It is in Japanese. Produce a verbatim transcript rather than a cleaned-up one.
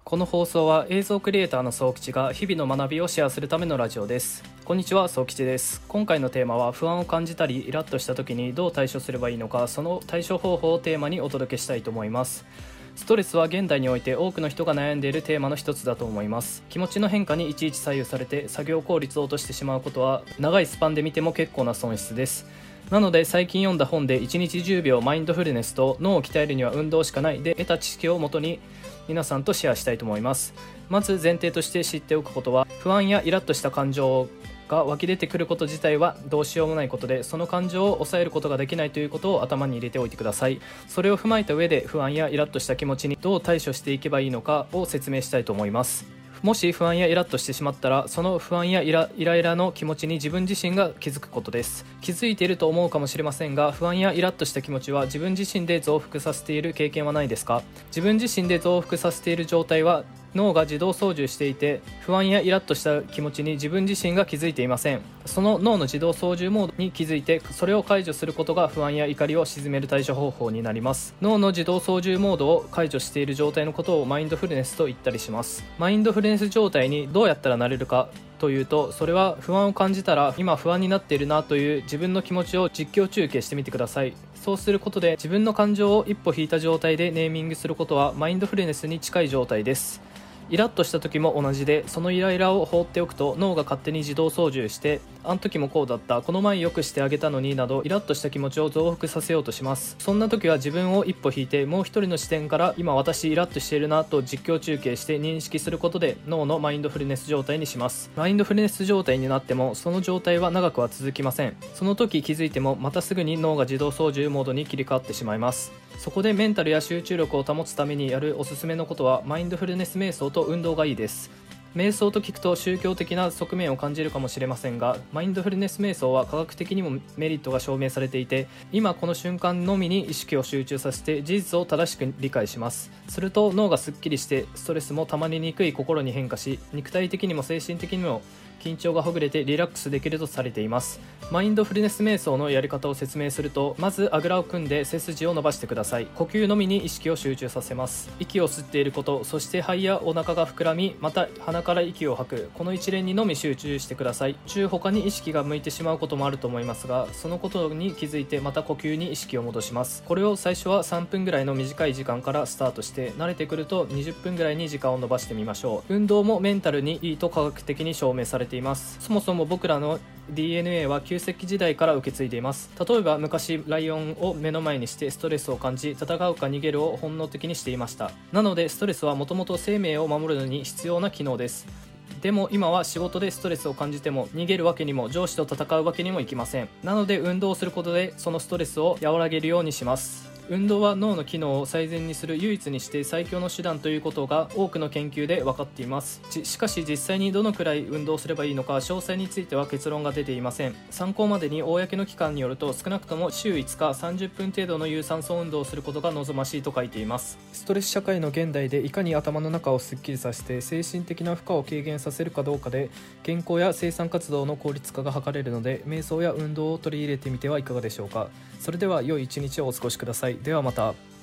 この放送は映像クリエイターの総吉が日々の学びをシェアするためのラジオです。こんにちは、総吉です。今回のテーマは不安を感じたりイラッとした時にどう対処すればいいのか、その対処方法をテーマにお届けしたいと思います。ストレスは現代において多くの人が悩んでいるテーマの一つだと思います。気持ちの変化にいちいち左右されて作業効率を落としてしまうことは長いスパンで見ても結構な損失です。なので最近読んだ本でいちにちじゅうびょうマインドフルネスと脳を鍛えるには運動しかないで得た知識をもとに皆さんとシェアしたいと思います。まず前提として知っておくことは、不安やイラッとした感情が湧き出てくること自体はどうしようもないことで、その感情を抑えることができないということを頭に入れておいてください。それを踏まえた上で不安やイラッとした気持ちにどう対処していけばいいのかを説明したいと思います。もし不安やイラッとしてしまったら、その不安やイライライラの気持ちに自分自身が気づくことです。気づいていると思うかもしれませんが、不安やイラッとした気持ちは自分自身で増幅させている経験はないですか？自分自身で増幅させている状態は脳が自動操縦していて、不安やイラッとした気持ちに自分自身が気づいていません。その脳の自動操縦モードに気づいて、それを解除することが不安や怒りを鎮める対処方法になります。脳の自動操縦モードを解除している状態のことをマインドフルネスと言ったりします。マインドフルネス状態にどうやったらなれるかというと、それは不安を感じたら今不安になっているなという自分の気持ちを実況中継してみてください。そうすることで自分の感情を一歩引いた状態でネーミングすることはマインドフルネスに近い状態です。イラッとした時も同じで、そのイライラを放っておくと脳が勝手に自動操縦して、あの時もこうだった、この前よくしてあげたのになどイラッとした気持ちを増幅させようとします。そんな時は自分を一歩引いて、もう一人の視点から今私イラッとしているなと実況中継して認識することで脳のマインドフルネス状態にします。マインドフルネス状態になってもその状態は長くは続きません。その時気づいてもまたすぐに脳が自動操縦モードに切り替わってしまいます。そこでメンタルや集中力を保つためにやるおすすめのことはマインドフルネス瞑想と運動がいいです。瞑想と聞くと宗教的な側面を感じるかもしれませんが、マインドフルネス瞑想は科学的にもメリットが証明されていて、今この瞬間のみに意識を集中させて事実を正しく理解します。すると脳がすっきりして、ストレスも溜まりにくい心に変化し、肉体的にも精神的にも緊張がほぐれてリラックスできるとされています。マインドフルネス瞑想のやり方を説明すると、まずあぐらを組んで背筋を伸ばしてください。呼吸のみに意識を集中させます。息を吸っていること、そして肺やお腹が膨らみ、また鼻から息を吐く、この一連にのみ集中してください。中他に意識が向いてしまうこともあると思いますが、そのことに気づいてまた呼吸に意識を戻します。これを最初はさんぷんぐらいの短い時間からスタートして、慣れてくるとにじゅっぷんぐらいに時間を伸ばしてみましょう。運動もメンタルにいいと科学的に証明されています。そもそも僕らの ディーエヌエー は旧石器時代から受け継いでいます。例えば昔ライオンを目の前にしてストレスを感じ、戦うか逃げるを本能的にしていました。なのでストレスはもともと生命を守るのに必要な機能です。でも今は仕事でストレスを感じても逃げるわけにも上司と戦うわけにもいきません。なので運動をすることでそのストレスを和らげるようにします。運動は脳の機能を最善にする唯一にして最強の手段ということが多くの研究で分かっています。しかし実際にどのくらい運動すればいいのか詳細については結論が出ていません。参考までに公の機関によると、少なくとも週いつかさんじゅっぷん程度の有酸素運動をすることが望ましいと書いています。ストレス社会の現代でいかに頭の中をすっきりさせて精神的な負荷を軽減させるかどうかで、健康や生産活動の効率化が図れるので、瞑想や運動を取り入れてみてはいかがでしょうか。それでは良い一日をお過ごしください。ではまた。